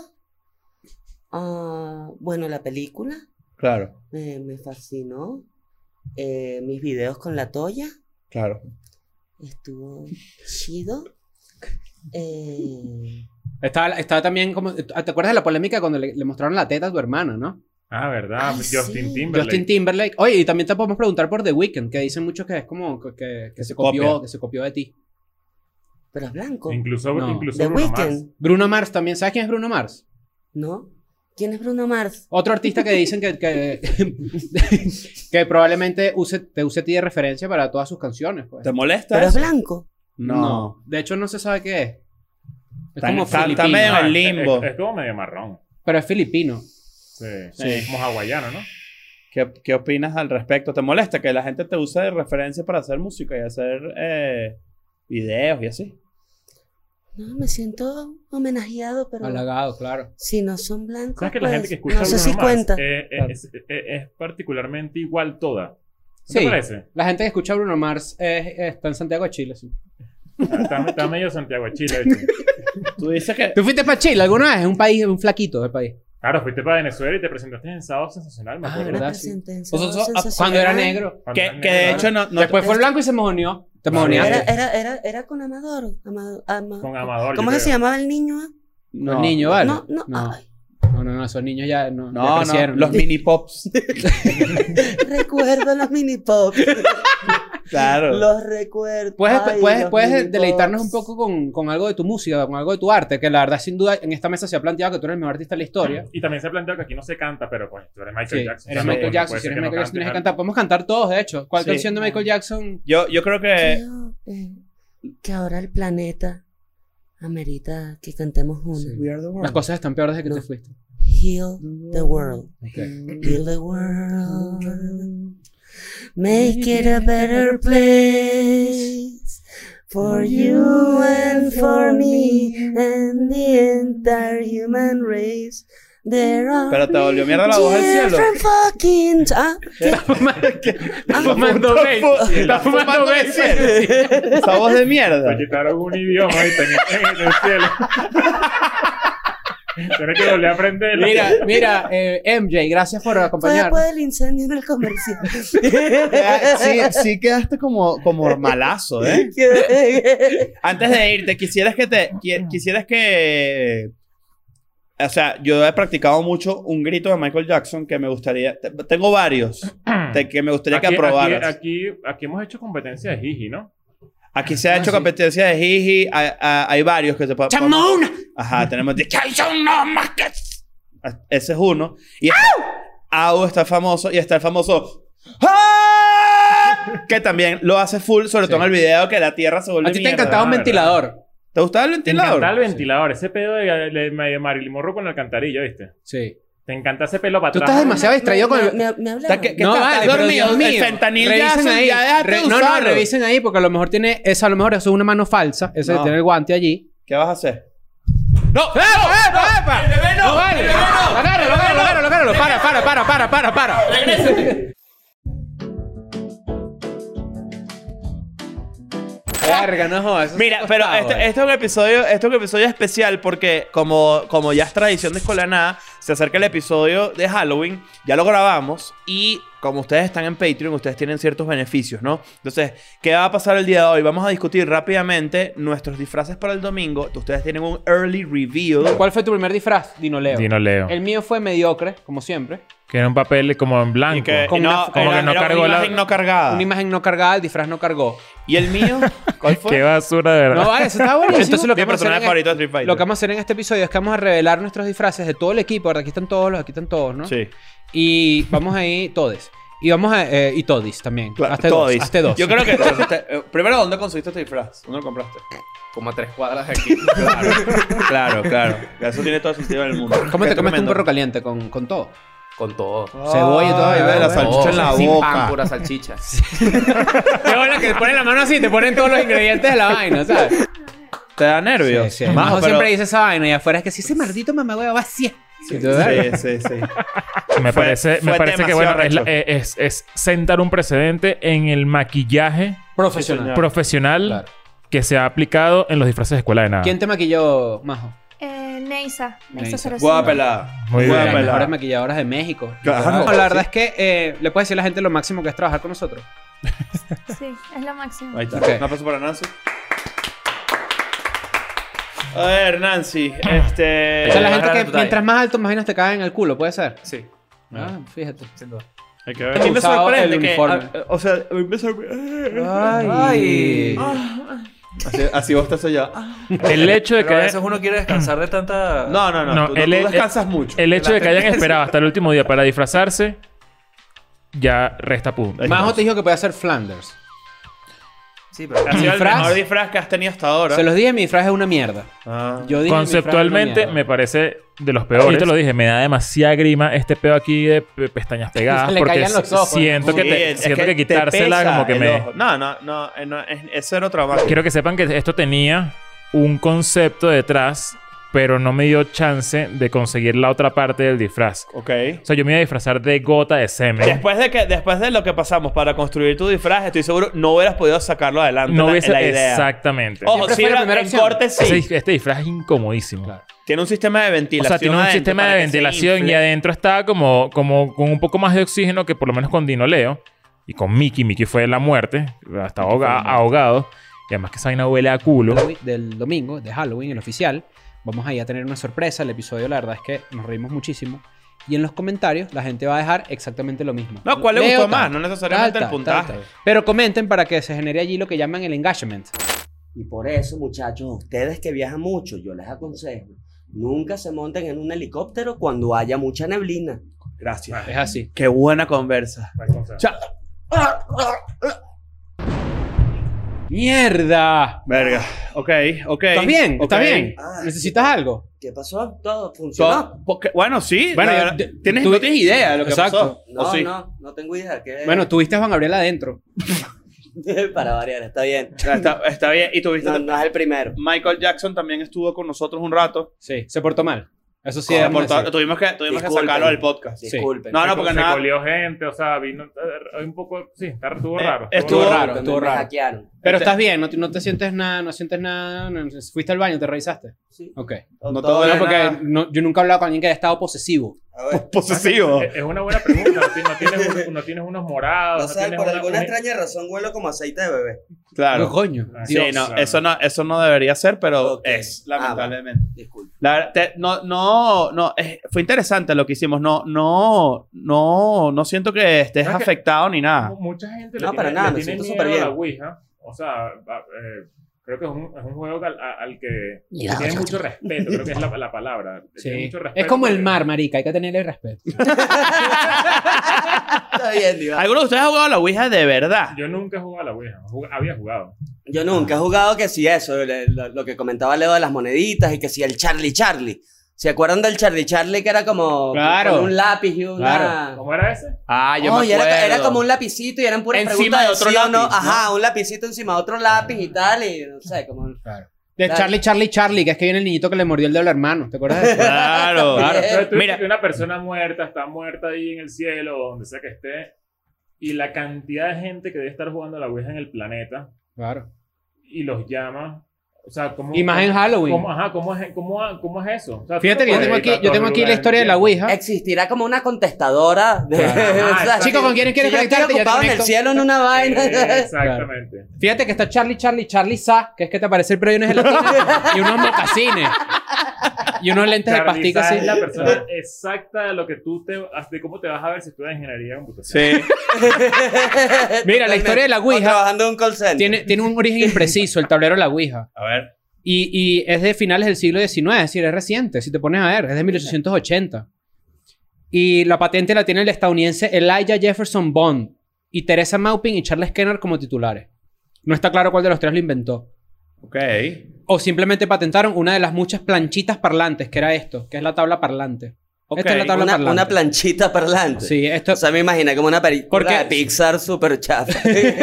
ah, bueno, la película. Claro, Me, me fascinó. Eh, mis videos con la Toya. claro. Estuvo chido. Eh, Estaba, estaba también como... ¿Te acuerdas de la polémica cuando le, le mostraron la teta a tu hermana, no? Ah, ¿verdad? Ay, Justin sí. Timberlake. Justin Timberlake. Oye, y también te podemos preguntar por The Weeknd, que dicen muchos que es como que, que, que se copió, Copia. que se copió de ti. pero es blanco. Incluso, No. incluso The Bruno Mars. Weeknd. Bruno Mars también. ¿Sabes quién es Bruno Mars? ¿No? ¿Quién es Bruno Mars? Otro artista que dicen que, que, que probablemente use, te use a ti de referencia para todas sus canciones. Pues. ¿Te molesta Pero es eso? blanco. No. De hecho, no se sabe qué es. Es Está- como está- está filipino. medio- Ah, en el es- limbo. Es, es como medio marrón. Pero es filipino. Sí. Sí. Como hawaiano, ¿no? ¿Qué, ¿Qué opinas al respecto? ¿Te molesta que la gente te use de referencia para hacer música y hacer eh, videos y así? No, me siento homenajeado, pero Halagado, claro. si no son blancos, ¿Sabes que la pues, gente que escucha no sé Bruno si Mars cuenta. eh, eh, es, eh, es particularmente igual toda? ¿No Sí. te parece? La gente que escucha a Bruno Mars es- está en Santiago de Chile. Sí. Está, está medio Santiago de Chile. ¿viste? Tú dices que... ¿Tú fuiste para Chile alguna vez? Es un país, un flaquito del país. Claro, fuiste para Venezuela y te presentaste en Sábado Sensacional, me Ah, acuerdo. Me ¿verdad? Sí. presenté en O sea, Sábado so- a- Sensacional. Cuando era negro. Cuando Que, eras que de negro, hecho no... no Después fue blanco y se mojoneó. Te Claro. mojoneaste. Era, era, era, era con Amador. Amado- Ama- Con Amador. ¿Cómo yo que se creo. llamaba el niño? ah? no, El niño, ¿vale? No, no, No. ay. No, no, no, esos niños ya no, ya No, no, crecieron. los mini pops. Recuerdo los mini pop. Claro. Los recuerdo. Puedes, Ay, puedes, los puedes mini deleitarnos un pops. poco con, con algo de tu música, con algo de tu arte, que la verdad, sin duda, en esta mesa se ha planteado que tú eres el mejor artista de la historia. Y también se ha planteado que aquí no se canta, pero pues tú eres Michael Sí, Jackson. eres o sea, Michael no- Jackson, puede si ser eres que no Michael Jackson tienes que cantes cantar. Podemos cantar todos, de hecho. ¿Cuál Sí. canción de Michael Jackson? Yo, yo creo que... Creo, eh, que ahora el planeta amerita que cantemos juntos. We are the world. Las cosas están peor desde que No. te fuiste. Heal the world. Ok. Heal the world. Make it a better place For you and for me and the entire human race. There are Pero te volvió mierda la voz del cielo. different fucking t- ah, ¿qué? Está fumando vape. Está fumando del vape. cielo. Esa voz de mierda. Me quitaron un idioma y tenía en el cielo. Tienes que volver a aprender. Mira, mira, eh, M J, gracias por Fue acompañarnos. después del incendio en el comercial. Sí, sí quedaste como, como malazo, ¿eh? Antes de irte, quisieras que te... qui- Quisieras que... O sea, yo he practicado mucho un grito de Michael Jackson que me gustaría... te- Tengo varios de que me gustaría que Aquí, aprobaras. aquí, aquí, aquí hemos hecho competencia de Jiji, ¿no? Aquí se ha Ah, hecho sí. competencia de Jiji. Hay, hay, hay varios que se pueden... ¡Chamona! Ajá, tenemos... de- no más que... Ese es uno. Y está... Au está el famoso. Y está el famoso... ¡Ah! Que también lo hace full, sobre todo Sí. en el video que la tierra se vuelve A ti te mierda. encantaba un ¿verdad? ventilador. ¿Te gustaba el Te ventilador? encantaba el ventilador. Ese pedo de, de, de Marilyn Monroe con la alcantarilla, ¿viste? Sí. Te encanta ese pelo para Tú atrás. estás demasiado distraído con el... Me, me, me hablaron. Está que- que No, está- vale, estás pero dormido. Dios mío. El fentanil ya, Revisen se- ahí. ya déjate Re- de no, no, usarlo. revisen ahí porque a lo mejor tiene... Eso a lo mejor eso es una mano falsa. Ese No. tiene el guante allí. ¿Qué vas a hacer? ¡No! ¡Epa, epa, epa! ¡No vale! ¡Agárralo, agárralo, agárralo, agárralo! ¡Para, para, para, para, para, para! Verga, no jodas. eso Mira, sí pero costaba, este, eh. este es un episodio, este es un episodio especial porque como, como ya es tradición de Escuela de Nada, se acerca el episodio de Halloween, ya lo grabamos y como ustedes están en Patreon, ustedes tienen ciertos beneficios, ¿no? Entonces, ¿qué va a pasar el día de hoy? Vamos a discutir rápidamente nuestros disfraces para el domingo. Ustedes tienen un early reveal. ¿Cuál fue tu primer disfraz? Dino Leo. Dino Leo. El mío fue mediocre, como siempre. Que era un papel como en blanco. Y que, Con y no, una- como era- que no era cargó una la- imagen no cargada. Una imagen no cargada, el disfraz no cargó. ¿Y el mío? ¿Cuál fue? Qué basura, de verdad. No, vale, eso está buenísimo. Entonces lo que, Mi vamos a hacer personaje en favorito de Street Fighter. lo que vamos a hacer en este episodio es que vamos a revelar nuestros disfraces de todo el equipo. ¿Verdad? Aquí están todos los, aquí están todos, ¿no? Sí. Y vamos a ir todos. Y vamos a... eh, y todis también. Claro, hazte todis. dos. Hazte dos. Yo creo que... eh, primero, ¿dónde conseguiste este disfraz? ¿Dónde lo compraste? Como a tres cuadras de aquí. Claro, claro, claro. Eso tiene todo el sentido del mundo. ¿Cómo Qué te comes un tremendo. perro caliente? Con, con todo. Con todo. Cebolla y todo, Ay, y ve la bueno, salchicha en la Sin boca. pan, pura salchicha. Qué bola que ponen la mano así, te ponen todos los ingredientes de la vaina, ¿sabes? ¿Te da nervios? Sí, sí. Majo, Majo pero- siempre dice esa vaina y afuera es que si ese maldito mamagüevo va así. Sí, ¿Tú ves? sí, sí. Me Fue- parece, me fue parece que demasiado bueno, es, la- recho. eh, es, es sentar un precedente en el maquillaje Profesional. profesional Claro. que se ha aplicado en los disfraces de escuela de nada. ¿Quién te maquilló, Majo? Eh, Neisa. Neisa. Neisa cero cinco. Guapa pelada. Muy Guapa Las bien. pelada. mejores maquilladoras de México. Claro. No, la verdad es que eh, le puedo decir a la gente lo máximo que es trabajar con nosotros. Sí, es lo máximo. Ahí está. Ok. Un aplauso para Nancy. A ver, Nancy. Este... O sea, la gente agarra que tu talla. mientras más alto, más vainas te caen en el culo, ¿puede ser? Sí, Ah, fíjate. sin duda. Hay que ver. A mí me Usado sorprende el que... uniforme. a- o sea, a mí me sorprende... Ay. Así, así vos estás allá. El hecho de Pero a que veces uno quiere descansar de tanta... No, no, no. No, tú, el- tú el- descansas mucho. el hecho la de que hayan tendencia. esperado hasta el último día para disfrazarse ya resta punto. Ahí Majo te dijo que puede hacer Flanders. Sí, pero... Ha sido el disfraz. mejor disfraz que has tenido hasta ahora. Se los dije, mi disfraz es una mierda. Ah. Yo dije, mi disfraz es una Conceptualmente mierda. me parece de los peores. Yo te lo dije, me da demasiada grima este pedo aquí de pe- pestañas pegadas. Se le porque caían los ojos. siento que, Sí, te- es siento que, te quitársela pesa como que el me... ojo. No, no, no, eh, no, es- eso era otra más. Quiero que sepan que esto tenía un concepto detrás, pero no me dio chance de conseguir la otra parte del disfraz. Ok. O sea, yo me iba a disfrazar de gota de semen. Después de que después de lo que pasamos para construir tu disfraz, estoy seguro no hubieras podido sacarlo adelante No la, hubiese... la idea. Exactamente. Ojo, Siempre sí, fue la era- primera en opción. corte sí. Ese- este disfraz es incomodísimo. Claro. Tiene un sistema de O ventilación. sea, tiene un adentro sistema para de que se ventilación infle. y adentro está como, como con un poco más de oxígeno que por lo menos con Dino Leo. Y con Mickey. Mickey fue la muerte. Está ahoga- ahogado. Y además que esa vaina huele a culo. Halloween- del domingo, de Halloween, el oficial, vamos ahí a tener una sorpresa. El episodio, la verdad es que nos reímos muchísimo. Y en los comentarios, la gente va a dejar exactamente lo mismo. No, ¿cuál le Leo gustó tal, más? No necesariamente tal, el tal, puntaje. tal, tal. Pero comenten para que se genere allí lo que llaman el engagement. Y por eso, muchachos, ustedes que viajan mucho, yo les aconsejo, nunca se monten en un helicóptero cuando haya mucha neblina. Gracias. Es así. Qué buena conversa. Chao. ¡Mierda! Verga. Ok, ok. ¿Estás bien? ¿Estás ok. bien? Ah. ¿Necesitas algo? ¿Qué pasó? ¿Todo funcionó? Todo- porque- bueno, sí. Bueno, la yo- verdad, yo- tienes, tú- no tienes idea de lo que Exacto. pasó. No, ¿O sí? no, no tengo idea. ¿Qué? Bueno, tuviste a Juan Gabriel adentro. Para variar, está bien. Está, está bien. Y tuviste... No, no es el primero. Michael Jackson también estuvo con nosotros un rato. Sí, se portó mal. Eso sí, Se debemos portó- decir. tuvimos que, tuvimos que Disculpen. sacarlo del podcast. Sí. Disculpen. No, no, Se- porque se nada... colió gente, o sea, vino eh, un poco, sí, está- estuvo Eh, raro. estuvo raro. Disculpen, estuvo me raro. hackearon. Pero Este- estás bien, no, te- no te sientes nada, no sientes nada. no- fuiste al baño, te revisaste. Sí. Ok. No Todo te No, duele porque nada. no- yo nunca he hablado con alguien que haya estado posesivo. A ver. Posesivo. Es, es una buena pregunta, no, ti- no tienes, un- no tienes unos morados, No no, sé, tienes por una- alguna una- extraña razón huelo como aceite de bebé. Claro. ¿Qué coño? Ah, Sí, Dios. no, Claro. eso no, eso no debería ser, pero Ok. es, Ah, lamentablemente. Disculpe. La verdad, te- no, no, no, eh, fue interesante lo que hicimos. No, no, no, no siento que estés ¿Sabes qué? afectado ni nada. Mucha gente No, le para tiene, nada, le me tiene siento miedo súper a la bien. Ouija. O sea, va- eh, creo que es un, es un juego al, a- al que Mira, tiene ocho, mucho respeto, creo que es la, la palabra. Sí. Tiene mucho respeto Es como el porque- mar, marica, hay que tenerle respeto. Está bien, Diva. ¿Alguno de ustedes ha jugado a la Ouija de verdad? Yo nunca he jugado a la Ouija, jug- había jugado. Yo nunca he jugado que si eso, le- lo, lo que comentaba Leo de las moneditas y que si el Charlie Charlie. ¿Se acuerdan del Charlie Charlie que era como Claro. con un lápiz y una... Claro. ¿Cómo era ese? Ah, yo Oh, me y era, acuerdo. era como un lapicito y eran puras Encima preguntas de otro sí o no. lápiz, ¿no? Ajá, un lapicito encima de otro lápiz y tal, y no sé, como... Claro. De Claro. Charlie, Charlie, Charlie, que es que viene el niñito que le mordió el dedo al hermano. ¿Te acuerdas de eso? Claro. Claro. Entonces, tú Mira. dices que una persona muerta está muerta ahí en el cielo o donde sea que esté y la cantidad de gente que debe estar jugando a la Ouija en el planeta Claro. y los llama, o sea, ¿cómo, Y más en Halloween. ¿cómo, ajá, ¿cómo, es, cómo, cómo es eso? O sea, tú Fíjate no que yo puedes tengo aquí, dedicar yo todos tengo los aquí la lugares historia de del la tiempo. Ouija. Existirá como una contestadora de... Ajá, o sea, exacto. Chicos, ¿con quién quieres si yo estoy conectarte? Yo te ocupado en el conecto. cielo en una vaina. Eh, exactamente. Fíjate que está Charlie, Charlie, Charlie Sa, que es que te aparece el perro y una gelatina y unos mocasines. Y unos lentes de Charlie pastica Sa así. es la persona exacta de lo que tú te, de cómo te vas a ver si estudias ingeniería de computación. Sí. Mira, la historia de la O Ouija trabajando en un call center. tiene, tiene un origen impreciso, el tablero de la Ouija. A ver. Y, y es de finales del siglo diecinueve, es decir, es reciente, si te pones a ver, es de mil ochocientos ochenta. Y la patente la tiene el estadounidense Elijah Jefferson Bond y Teresa Maupin y Charles Kenner como titulares. No está claro cuál de los tres lo inventó. Ok. O simplemente patentaron una de las muchas planchitas parlantes, que era esto, que es la tabla parlante. Ok. Esta es la tabla Una, parlante. una planchita parlante. Sí, esto... O sea, me imagino como una película Porque- de Pixar súper chafa.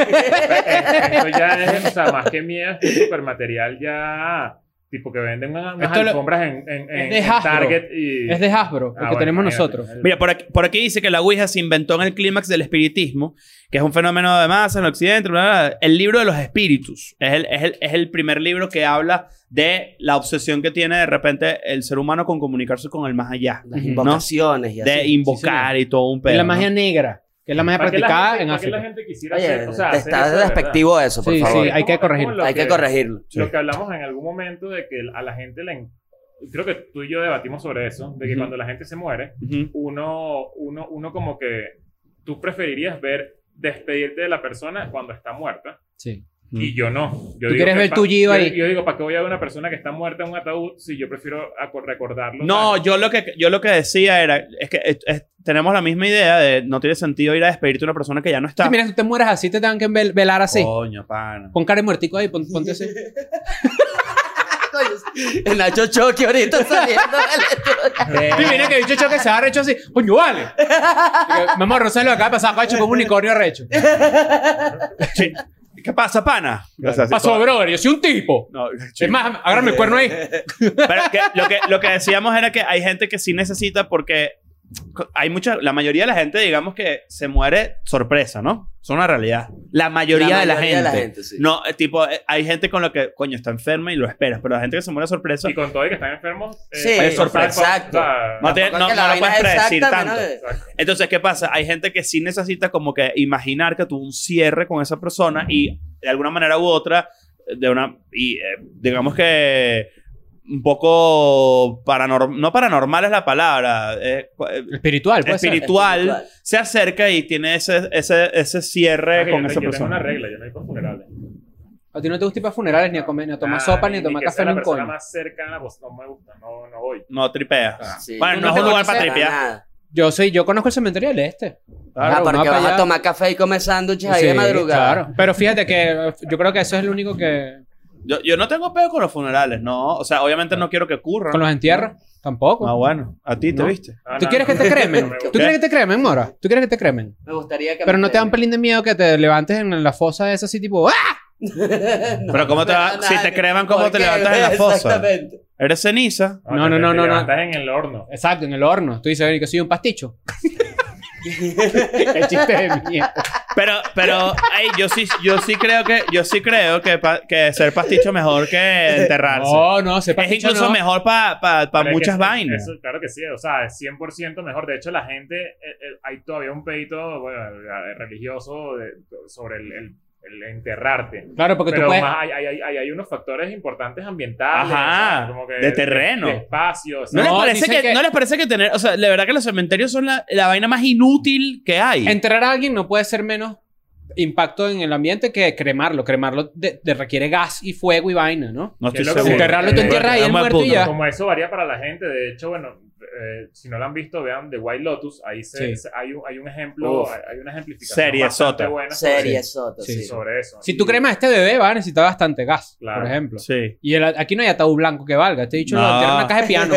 Esto ya es, o sea, más que miedo, es super material ya. Tipo que venden unas, unas Esto lo- alfombras en, en, en, es de en Hasbro. Target y... Es de Hasbro, el Ah, que bueno, tenemos imagínate. nosotros. Mira, por aquí, por aquí dice que la Ouija se inventó en el clímax del espiritismo, que es un fenómeno de masa en Occidente. Bla, bla, bla. El libro de los espíritus es el, es, el, es el primer libro que habla de la obsesión que tiene de repente el ser humano con comunicarse con el más allá. Las Ujú. invocaciones y así. De invocar y todo un pedo. Es la ¿no? magia negra, que es la magia ¿Para qué la practicada gente- en para qué la África. gente quisiera Oye, hacer? O sea, te hacer está eso de verdad. despectivo eso, por Sí, favor. sí, hay que Es como corregirlo. lo Hay que corregirlo. Lo que hablamos en algún momento de que a la gente le... en- Creo que tú y yo debatimos sobre eso, de que Ujú. cuando la gente se muere, Ujú. uno, uno, uno como que... Tú preferirías ver, despedirte de la persona cuando está muerta. Sí. Y yo no. Yo Tú digo quieres que ver pa- tu Gio yo- ahí. Yo digo, ¿para qué voy a ver una persona que está muerta en un ataúd si yo prefiero aco- recordarlo? No, ¿sabes? yo lo que yo lo que decía era es que es- es- tenemos la misma idea de no tiene sentido ir a despedirte de una persona que ya no está. Sí, mira, si tú te mueres así, te tengan que vel- velar así. Coño, pana. Pon cara de muertico ahí, pon- ponte así. El Nacho Choque ahorita saliendo del estudio. Y viene que el bicho choque se ha recho así. ¡Coño, vale! Vamos a rozarlo acá, pasar coche con un unicornio recho. Sí. ¿Qué pasa, pana? O sea, sí, Pasó, todo- brother, yo soy un tipo. No, sí. Es más, agárrame el cuerno ahí. Pero que, lo, que, lo que decíamos era que hay gente que sí necesita porque hay mucha, la mayoría de la gente, digamos que se muere sorpresa, ¿no? Es una realidad. La mayoría, La de, la mayoría gente. de la gente, sí. No, eh, tipo, eh, hay gente con lo que, coño, está enferma y lo esperas, pero la gente que se muere sorpresa. Y con todo y que están enfermos... eh, Sí, es sorpresa. exacto. o sea, No te- Tampoco no- es que no la lo vaina puedes es predecir exacta, tanto. menos de- exacto. Entonces, ¿qué pasa? Hay gente que sí necesita como que imaginar que tuvo un cierre con esa persona y de alguna manera u otra, de una, y eh, digamos que un poco paranormal, no paranormal es la palabra, eh, eh, Espiritual, pues. espiritual, Espiritual. se acerca y tiene ese, ese, ese cierre Es que con yo, esa yo tengo persona. una regla, yo no hay por funerales. A ti no te gusta ir para funerales, ni a comer, ni a tomar Ah, sopa, ni a tomar que café, sea ni la un persona coño. más cercana, pues no me gusta, no, no voy. No tripea. Ah. Sí. Bueno, Tú no no es te un lugar conoces para Para tripear. nada. Yo soy, yo conozco el cementerio del Este. Ah, uno porque va para vas a allá. tomar café y comer sándwiches ahí Sí, de madrugada. claro. Pero fíjate que eh, yo creo que eso es el único que... Yo, yo no tengo pedo con los funerales, no. O sea, obviamente no quiero que ocurran. ¿Con los entierros? Tampoco. Ah, bueno. ¿A ti te No. viste? Ah, ¿Tú no, quieres no, que te no, cremen? no me ¿Tú gusta. quieres que te cremen, Mora? ¿Tú quieres que te cremen? Me gustaría que Pero me no te da un creen. pelín de miedo que te levantes en la fosa esa así tipo ¡ah! Pero ¿cómo te me va- da si nada te que- creman, ¿cómo ¿por te qué? levantas en la fosa? Exactamente. ¿Eres ceniza? No, te- no, te- no, te no, no. levantas en el horno. Exacto, en el horno. Tú dices, que soy un pasticho. Qué chiste de mierda. Pero, pero, ay, yo sí, yo sí creo que, yo sí creo que, pa- que ser pasticho es mejor que enterrarse. No, no, ese es pasticho incluso no. mejor para pa, pa Pero es muchas que- vainas. eso, claro que sí, o sea, es cien por ciento mejor. De hecho, la gente, eh, eh, hay todavía un pedito bueno, eh, religioso de- sobre el, el- el enterrarte. Claro, porque Pero tú puedes... más hay, hay, hay, hay unos factores importantes ambientales. Ajá, ¿sabes? Como que de terreno. De, espacio. ¿No, ¿sabes? les No, parece dicen que, que- ¿No les parece que tener... O sea, de verdad que los cementerios son la, la vaina más inútil que hay? Enterrar a alguien no puede ser menos impacto en el ambiente que cremarlo. Cremarlo de, de requiere gas y fuego y vaina, ¿no? No Que estoy es lo que- seguro. Enterrarlo tú Eh, entierras ahí es el un buen muerto y punto. ya. Como eso varía para la gente. De hecho, bueno, eh, si no lo han visto, vean The White Lotus. Ahí se, Sí. se- hay, un, hay un ejemplo, Uf. hay, hay una ejemplificación Serie bastante sota. buena sobre, Serie sota, Sí. sí. sobre eso. Si tú Y- cremas a este bebé, va a necesitar bastante gas, Claro. por ejemplo. Sí. Y el- aquí no hay ataúd blanco que valga. Te he dicho, No. lo entierran en una caja de piano.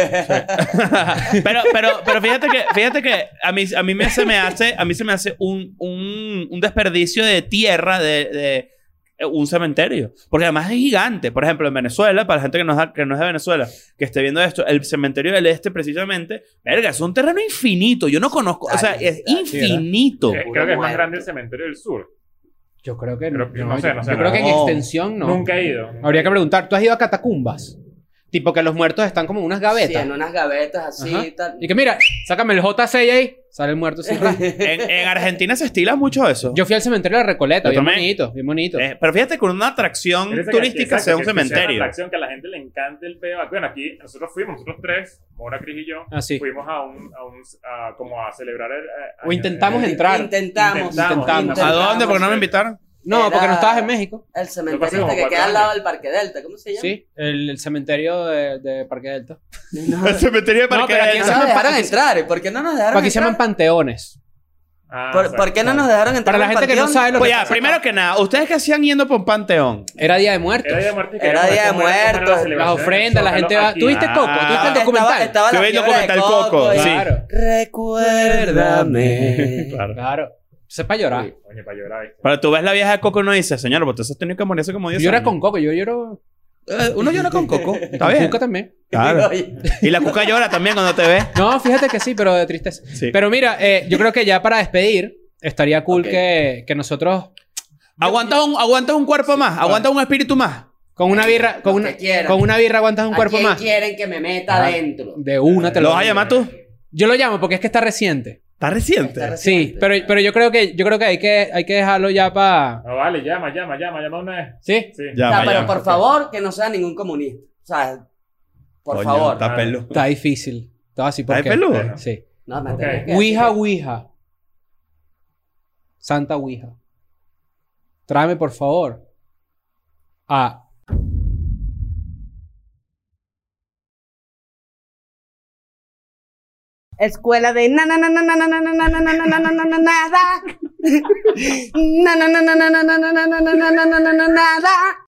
pero, pero, pero fíjate que, fíjate que a mí, a mí me, se me hace, a mí se me hace un, un, un desperdicio de tierra de, de eh, un cementerio. Porque además es gigante. Por ejemplo, en Venezuela, para la gente que no, es, que no es de Venezuela, que esté viendo esto, el cementerio del Este, precisamente, verga, es un terreno infinito. Yo no conozco, o sea, es Dale, infinito. Eh, creo que es más grande el cementerio del sur. Yo creo que Creo no. que- no sé, no sé, Yo creo que en no. extensión no. Nunca he ido. Habría que preguntar, ¿tú has ido a catacumbas? Tipo que los muertos están como en unas Sí, gavetas. en unas gavetas así Ajá. y tal. Y que mira, sácame el J seis ahí, sale el muerto así. ra. En, en Argentina se estila mucho eso. Yo fui al cementerio de Recoleta, Yo bien también. bonito, bien bonito. Eh, pero fíjate, con una atracción Esa que- turística exacto, sea un que- que sea una cementerio. atracción que a la gente le encante el peo. Bueno, aquí nosotros fuimos, nosotros tres, Mora, Cris y yo, Ah, sí. fuimos a un, a un a- como a celebrar el... O intentamos el- entrar. Intentamos. Intentamos. ¿A dónde? Porque no me invitaron. No, porque no Era- estabas en México. El Lo cementerio pasé como este que cuatro queda al lado años. del Parque Delta. ¿Cómo se llama? Sí, el, el cementerio de, de Parque Delta. No, El cementerio de No, Parque pero aquí Delta. no nos llaman dejaron pa- entrar. ¿Y por qué no nos dejaron Aquí se llaman entrar? panteones. Ah, ¿Por, exacto. por qué no nos dejaron entrar? Para la al gente que no panteón? sabe lo Pues que ya, pasa. primero que nada, ¿ustedes qué hacían yendo por un panteón? Era Día de Muertos. Era Día de Muertos. y Era queríamos Día ver de cómo era- cómo era Muertos, la celebración Las en ofrendas, la Zócalo gente va... aquí. ¿Tuviste Ah. Coco? ¿Tuviste el Estaba- documental? Estaba Yo la vi el fiebre de documental Coco, y- sí. Claro. Recuérdame. Claro. Claro. Eso es para llorar. Coño, para llorar. ¿viste? Pero tú ves la vieja de Coco y no dices, señor, pues usted has tenido que morirse como diez Yo lloro años. con Coco, yo lloro... Eh, uno llora con Coco. Está con bien. Cuca también. Claro. Oye, Y la cuca llora también cuando te ve. No, fíjate que sí, pero de tristeza. Sí. Pero mira, eh, yo creo que ya para despedir, estaría cool Ok. que, que nosotros, ¿Aguantas un, aguantas un cuerpo más? ¿Aguantas un espíritu más? con una birra, con Lo una, que quieran. con una birra aguantas un ¿a cuerpo quién más. quieren que me meta Ah. adentro? De una te ¿Lo lo vas a llamar tú? Yo lo llamo porque es que está reciente. Está reciente. Está Sí, reciente. pero, pero yo creo que yo creo que hay que hay que dejarlo ya para... No, vale, llama, llama, llama, llama una vez. ¿Sí? Sí. Ya. O sea, Llama, pero llama. por favor, que no sea ningún comunista. O sea, por Coño, favor. Está peludo. Está difícil. Todo así ¿Está porque... peludo? Bueno. Sí. No, me Ok. tenés que Ouija, decir Ouija. Santa Ouija. Tráeme, por favor, a... Escuela de na na na na na na na na na na na na na na na nada. Na na na na na na na na na na na na na na nada.